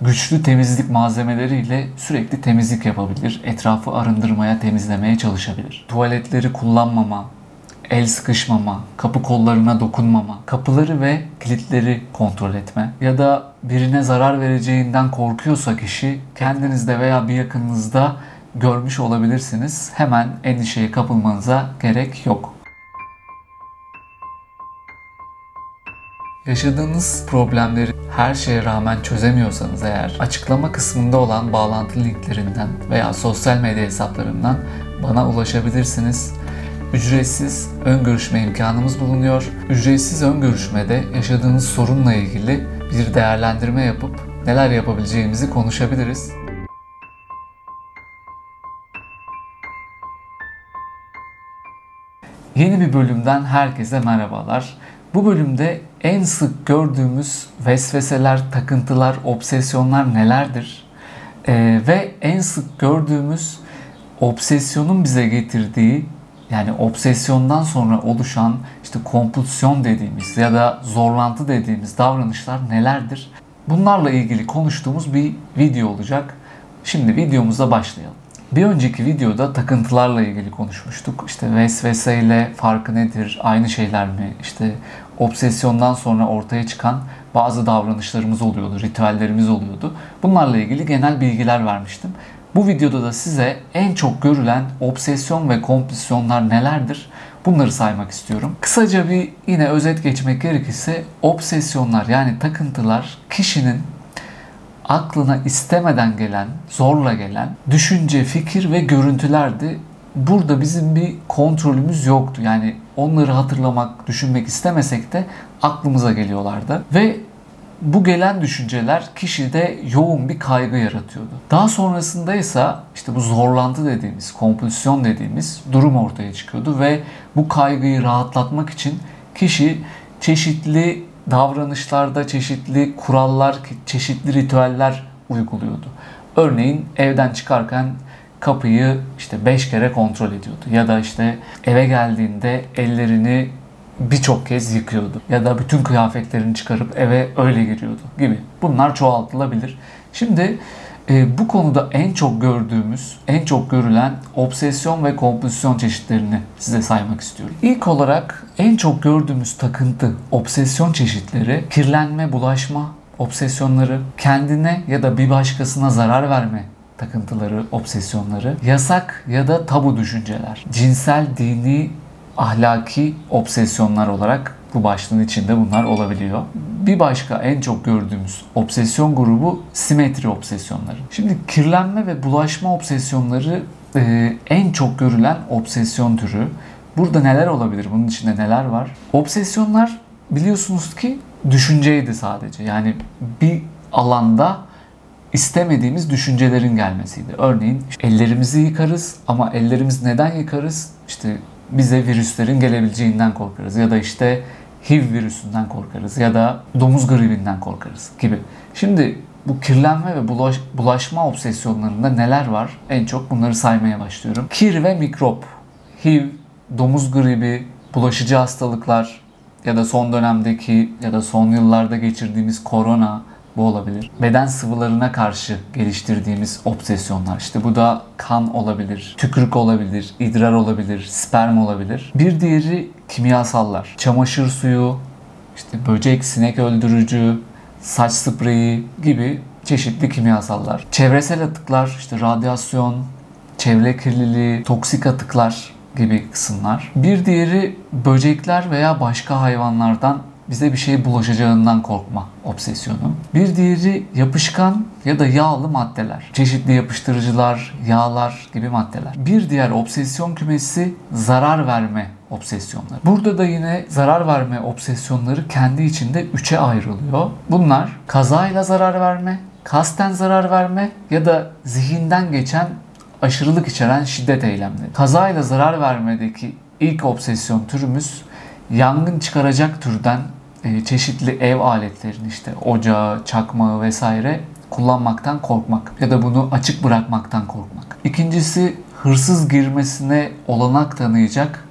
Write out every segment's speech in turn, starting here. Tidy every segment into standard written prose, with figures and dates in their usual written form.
güçlü temizlik malzemeleriyle sürekli temizlik yapabilir. Etrafı arındırmaya, temizlemeye çalışabilir. Tuvaletleri kullanmama, el sıkışmama, kapı kollarına dokunmama, kapıları ve kilitleri kontrol etme ya da birine zarar vereceğinden korkuyorsa kişi kendinizde veya bir yakınınızda görmüş olabilirsiniz. Hemen endişeye kapılmanıza gerek yok. Yaşadığınız problemleri her şeye rağmen çözemiyorsanız eğer açıklama kısmında olan bağlantı linklerinden veya sosyal medya hesaplarından bana ulaşabilirsiniz. Ücretsiz ön görüşme imkanımız bulunuyor. Ücretsiz ön görüşmede yaşadığınız sorunla ilgili bir değerlendirme yapıp neler yapabileceğimizi konuşabiliriz. Yeni bir bölümden herkese merhabalar. Bu bölümde en sık gördüğümüz vesveseler, takıntılar, obsesyonlar nelerdir? Ve en sık gördüğümüz obsesyonun bize getirdiği, yani obsesyondan sonra oluşan işte kompulsiyon dediğimiz ya da zorlantı dediğimiz davranışlar nelerdir? Bunlarla ilgili konuştuğumuz bir video olacak. Şimdi videomuza başlayalım. Bir önceki videoda takıntılarla ilgili konuşmuştuk. İşte vesveseyle farkı nedir? Aynı şeyler mi? İşte obsesyondan sonra ortaya çıkan bazı davranışlarımız oluyordu, ritüellerimiz oluyordu. Bunlarla ilgili genel bilgiler vermiştim. Bu videoda da size en çok görülen obsesyon ve kompulsiyonlar nelerdir? Bunları saymak istiyorum. Kısaca bir yine özet geçmek gerekirse obsesyonlar yani takıntılar kişinin aklına istemeden gelen, zorla gelen düşünce, fikir ve görüntülerdi. Burada bizim bir kontrolümüz yoktu. Yani onları hatırlamak, düşünmek istemesek de aklımıza geliyorlardı. Ve bu gelen düşünceler kişide yoğun bir kaygı yaratıyordu. Daha sonrasında ise işte bu zorlantı dediğimiz, kompulsiyon dediğimiz durum ortaya çıkıyordu ve bu kaygıyı rahatlatmak için kişi çeşitli davranışlarda çeşitli kurallar, çeşitli ritüeller uyguluyordu. Örneğin evden çıkarken kapıyı işte 5 kere kontrol ediyordu. Ya da işte eve geldiğinde ellerini birçok kez yıkıyordu. Ya da bütün kıyafetlerini çıkarıp eve öyle giriyordu gibi. Bunlar çoğaltılabilir. Şimdi bu konuda en çok gördüğümüz, en çok görülen obsesyon ve kompulsiyon çeşitlerini size saymak istiyorum. İlk olarak en çok gördüğümüz takıntı, obsesyon çeşitleri, kirlenme, bulaşma obsesyonları, kendine ya da bir başkasına zarar verme takıntıları, obsesyonları, yasak ya da tabu düşünceler, cinsel, dini, ahlaki obsesyonlar olarak bu başlığın içinde bunlar olabiliyor. Bir başka en çok gördüğümüz obsesyon grubu simetri obsesyonları. Şimdi kirlenme ve bulaşma obsesyonları en çok görülen obsesyon türü. Burada neler olabilir? Bunun içinde neler var? Obsesyonlar biliyorsunuz ki düşünceydi sadece. Yani bir alanda istemediğimiz düşüncelerin gelmesiydi. Örneğin ellerimizi yıkarız ama ellerimizi neden yıkarız? İşte bize virüslerin gelebileceğinden korkarız ya da işte HIV virüsünden korkarız ya da domuz gribinden korkarız gibi. Şimdi bu kirlenme ve bulaşma obsesyonlarında neler var? En çok bunları saymaya başlıyorum. Kir ve mikrop, HIV, domuz gribi, bulaşıcı hastalıklar ya da son dönemdeki ya da son yıllarda geçirdiğimiz korona, bu olabilir. Beden sıvılarına karşı geliştirdiğimiz obsesyonlar. İşte bu da kan olabilir, tükürük olabilir, idrar olabilir, sperm olabilir. Bir diğeri kimyasallar. Çamaşır suyu, işte böcek, sinek öldürücü, saç spreyi gibi çeşitli kimyasallar. Çevresel atıklar, işte radyasyon, çevre kirliliği, toksik atıklar gibi kısımlar. Bir diğeri böcekler veya başka hayvanlardan bize bir şey bulaşacağından korkma obsesyonu. Bir diğeri yapışkan ya da yağlı maddeler. Çeşitli yapıştırıcılar, yağlar gibi maddeler. Bir diğer obsesyon kümesi zarar verme obsesyonları. Burada da yine zarar verme obsesyonları kendi içinde 3'e ayrılıyor. Bunlar kazayla zarar verme, kasten zarar verme ya da zihinden geçen aşırılık içeren şiddet eylemleri. Kazayla zarar vermedeki ilk obsesyon türümüz yangın çıkaracak türden çeşitli ev aletlerini işte ocağı, çakmağı vesaire kullanmaktan korkmak ya da bunu açık bırakmaktan korkmak. İkincisi hırsız girmesine olanak tanıyacak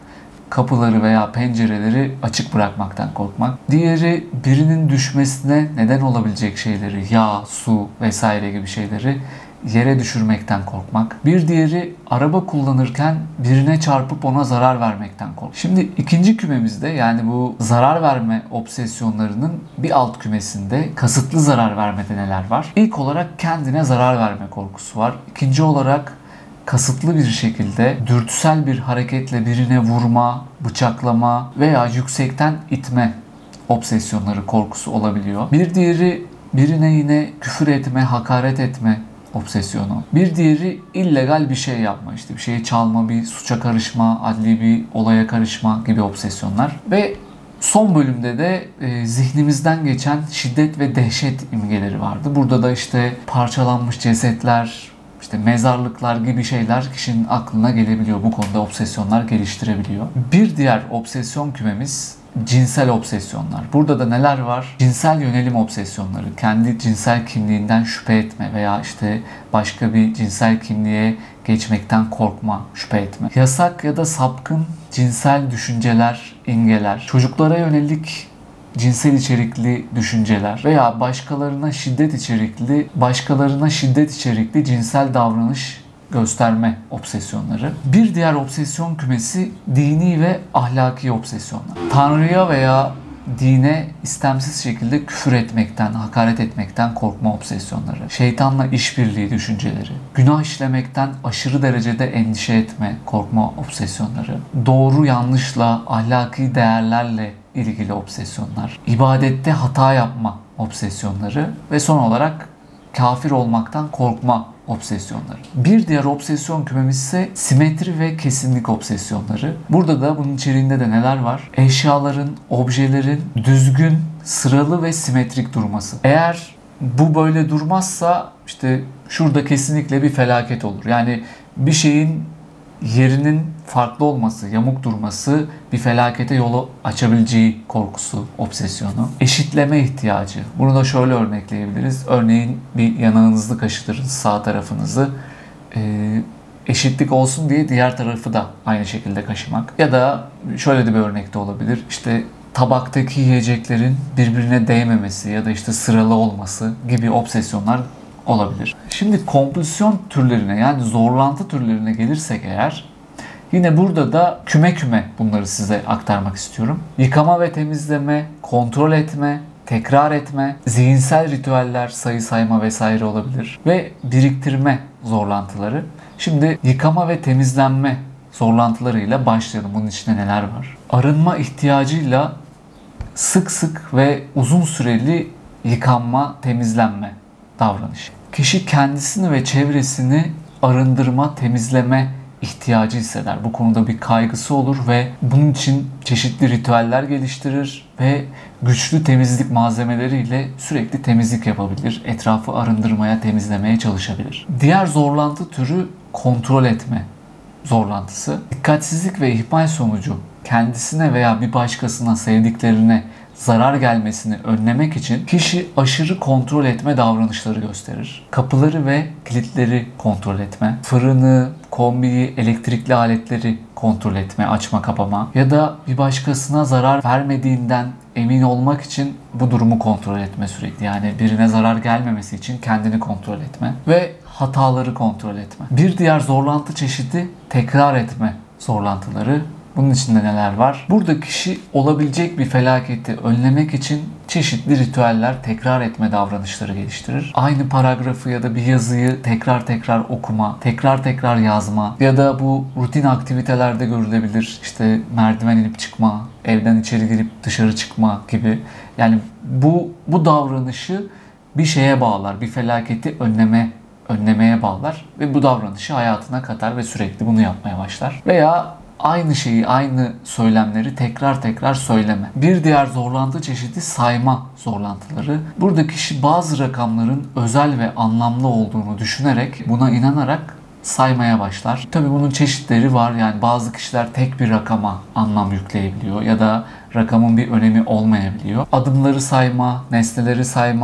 kapıları veya pencereleri açık bırakmaktan korkmak. Diğeri birinin düşmesine neden olabilecek şeyleri, yağ, su vesaire gibi şeyleri yere düşürmekten korkmak. Bir diğeri araba kullanırken birine çarpıp ona zarar vermekten korkmak. Şimdi ikinci kümemizde, yani bu zarar verme obsesyonlarının bir alt kümesinde kasıtlı zarar vermede neler var? İlk olarak kendine zarar verme korkusu var. İkinci olarak kasıtlı bir şekilde dürtüsel bir hareketle birine vurma, bıçaklama veya yüksekten itme obsesyonları, korkusu olabiliyor. Bir diğeri birine yine küfür etme, hakaret etme obsesyonu. Bir diğeri illegal bir şey yapma, işte bir şeyi çalma, bir suça karışma, adli bir olaya karışma gibi obsesyonlar. Ve son bölümde de zihnimizden geçen şiddet ve dehşet imgeleri vardı. Burada da işte parçalanmış cesetler, İşte mezarlıklar gibi şeyler kişinin aklına gelebiliyor. Bu konuda obsesyonlar geliştirebiliyor. Bir diğer obsesyon kümemiz cinsel obsesyonlar. Burada da neler var? Cinsel yönelim obsesyonları. Kendi cinsel kimliğinden şüphe etme veya işte başka bir cinsel kimliğe geçmekten korkma, şüphe etme. Yasak ya da sapkın cinsel düşünceler, imgeler. Çocuklara yönelik cinsel içerikli düşünceler veya başkalarına şiddet içerikli cinsel davranış gösterme obsesyonları. Bir diğer obsesyon kümesi dini ve ahlaki obsesyonlar. Tanrı'ya veya dine istemsiz şekilde küfür etmekten, hakaret etmekten korkma obsesyonları. Şeytanla işbirliği düşünceleri. Günah işlemekten aşırı derecede endişe etme, korkma obsesyonları. Doğru yanlışla, ahlaki değerlerle ilgili obsesyonlar. İbadette hata yapma obsesyonları ve son olarak kafir olmaktan korkma obsesyonları. Bir diğer obsesyon kümemiz ise simetri ve kesinlik obsesyonları. Burada da bunun içeriğinde de neler var? Eşyaların, objelerin düzgün, sıralı ve simetrik durması. Eğer bu böyle durmazsa işte şurada kesinlikle bir felaket olur. Yani bir şeyin yerinin farklı olması, yamuk durması bir felakete yolu açabileceği korkusu, obsesyonu. Eşitleme ihtiyacı. Bunu da şöyle örnekleyebiliriz. Örneğin bir yanağınızı kaşıtırız, sağ tarafınızı. Eşitlik olsun diye diğer tarafı da aynı şekilde kaşımak. Ya da şöyle de bir örnek de olabilir. İşte tabaktaki yiyeceklerin birbirine değmemesi ya da işte sıralı olması gibi obsesyonlar olabilir. Şimdi kompulsiyon türlerine, yani zorlantı türlerine gelirsek eğer, yine burada da küme küme bunları size aktarmak istiyorum. Yıkama ve temizleme, kontrol etme, tekrar etme, zihinsel ritüeller, sayı sayma vesaire olabilir ve biriktirme zorlantıları. Şimdi yıkama ve temizlenme zorlantılarıyla başlayalım. Bunun içinde neler var? Arınma ihtiyacıyla sık sık ve uzun süreli yıkanma, temizlenme davranışı. Kişi kendisini ve çevresini arındırma, temizleme ihtiyacı hisseder. Bu konuda bir kaygısı olur ve bunun için çeşitli ritüeller geliştirir ve güçlü temizlik malzemeleriyle sürekli temizlik yapabilir. Etrafı arındırmaya, temizlemeye çalışabilir. Diğer zorlantı türü kontrol etme zorlantısı. Dikkatsizlik ve ihmal sonucu kendisine veya bir başkasına, sevdiklerine zarar gelmesini önlemek için kişi aşırı kontrol etme davranışları gösterir. Kapıları ve kilitleri kontrol etme, fırını, kombiyi, elektrikli aletleri kontrol etme, açma, kapama ya da bir başkasına zarar vermediğinden emin olmak için bu durumu kontrol etme sürekli. Yani birine zarar gelmemesi için kendini kontrol etme ve hataları kontrol etme. Bir diğer zorlantı çeşidi tekrar etme zorlantıları. Bunun içinde neler var? Burada kişi olabilecek bir felaketi önlemek için çeşitli ritüeller, tekrar etme davranışları geliştirir. Aynı paragrafı ya da bir yazıyı tekrar tekrar okuma, tekrar tekrar yazma ya da bu rutin aktivitelerde görülebilir. İşte merdiven inip çıkma, evden içeri girip dışarı çıkma gibi. Yani bu davranışı bir şeye bağlar, bir felaketi önlemeye bağlar ve bu davranışı hayatına katar ve sürekli bunu yapmaya başlar. Veya aynı şeyi, aynı söylemleri tekrar tekrar söyleme. Bir diğer zorlantı çeşidi sayma zorlantıları. Burada kişi bazı rakamların özel ve anlamlı olduğunu düşünerek, buna inanarak saymaya başlar. Tabii bunun çeşitleri var. Yani bazı kişiler tek bir rakama anlam yükleyebiliyor ya da rakamın bir önemi olmayabiliyor. Adımları sayma, nesneleri sayma,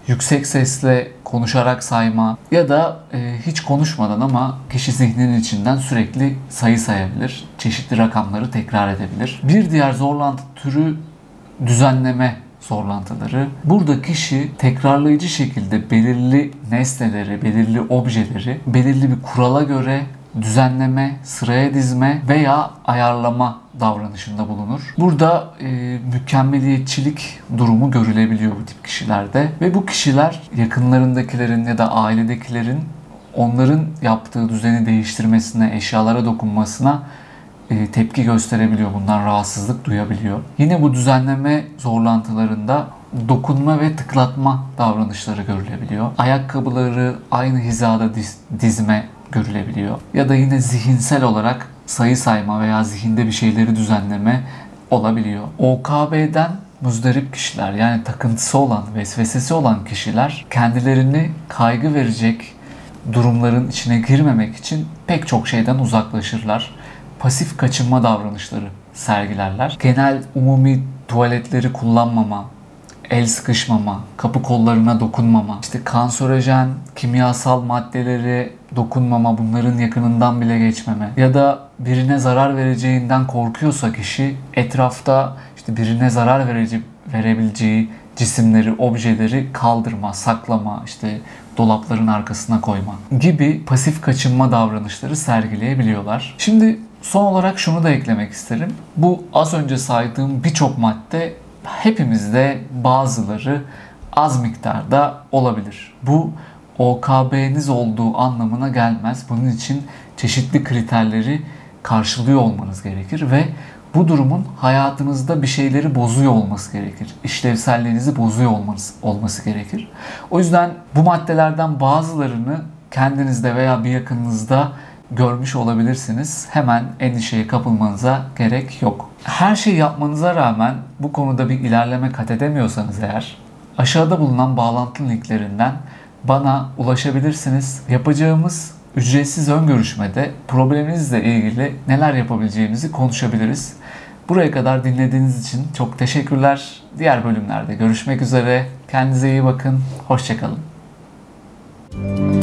yüksek sesle konuşarak sayma ya da hiç konuşmadan ama kişi zihninin içinden sürekli sayı sayabilir. Çeşitli rakamları tekrar edebilir. Bir diğer zorlantı türü düzenleme zorlantıları. Burada kişi tekrarlayıcı şekilde belirli nesneleri, belirli objeleri belirli bir kurala göre düzenleme, sıraya dizme veya ayarlama davranışında bulunur. Burada mükemmeliyetçilik durumu görülebiliyor bu tip kişilerde ve bu kişiler yakınlarındakilerin ya da ailedekilerin onların yaptığı düzeni değiştirmesine, eşyalara dokunmasına tepki gösterebiliyor. Bundan rahatsızlık duyabiliyor. Yine bu düzenleme zorlantılarında dokunma ve tıklatma davranışları görülebiliyor. Ayakkabıları aynı hizada dizme görülebiliyor. Ya da yine zihinsel olarak sayı sayma veya zihinde bir şeyleri düzenleme olabiliyor. OKB'den muzdarip kişiler, yani takıntısı olan, vesvesesi olan kişiler kendilerini kaygı verecek durumların içine girmemek için pek çok şeyden uzaklaşırlar. Pasif kaçınma davranışları sergilerler. Genel umumi tuvaletleri kullanmama, el sıkışmama, kapı kollarına dokunmama, işte kanserojen, kimyasal maddelere dokunmama, bunların yakınından bile geçmeme ya da birine zarar vereceğinden korkuyorsa kişi etrafta işte birine zarar verebileceği cisimleri, objeleri kaldırma, saklama, işte dolapların arkasına koyma gibi pasif kaçınma davranışları sergileyebiliyorlar. Şimdi son olarak şunu da eklemek isterim. Bu az önce saydığım birçok madde hepimizde bazıları az miktarda olabilir. Bu OKB'niz olduğu anlamına gelmez. Bunun için çeşitli kriterleri karşılıyor olmanız gerekir ve bu durumun hayatınızda bir şeyleri bozuyor olması gerekir. İşlevselliğinizi bozuyor olması gerekir. O yüzden bu maddelerden bazılarını kendinizde veya bir yakınınızda görmüş olabilirsiniz. Hemen endişeye kapılmanıza gerek yok. Her şeyi yapmanıza rağmen bu konuda bir ilerleme kat edemiyorsanız eğer, aşağıda bulunan bağlantı linklerinden bana ulaşabilirsiniz. Yapacağımız ücretsiz ön görüşmede probleminizle ilgili neler yapabileceğimizi konuşabiliriz. Buraya kadar dinlediğiniz için çok teşekkürler. Diğer bölümlerde görüşmek üzere. Kendinize iyi bakın. Hoşça kalın.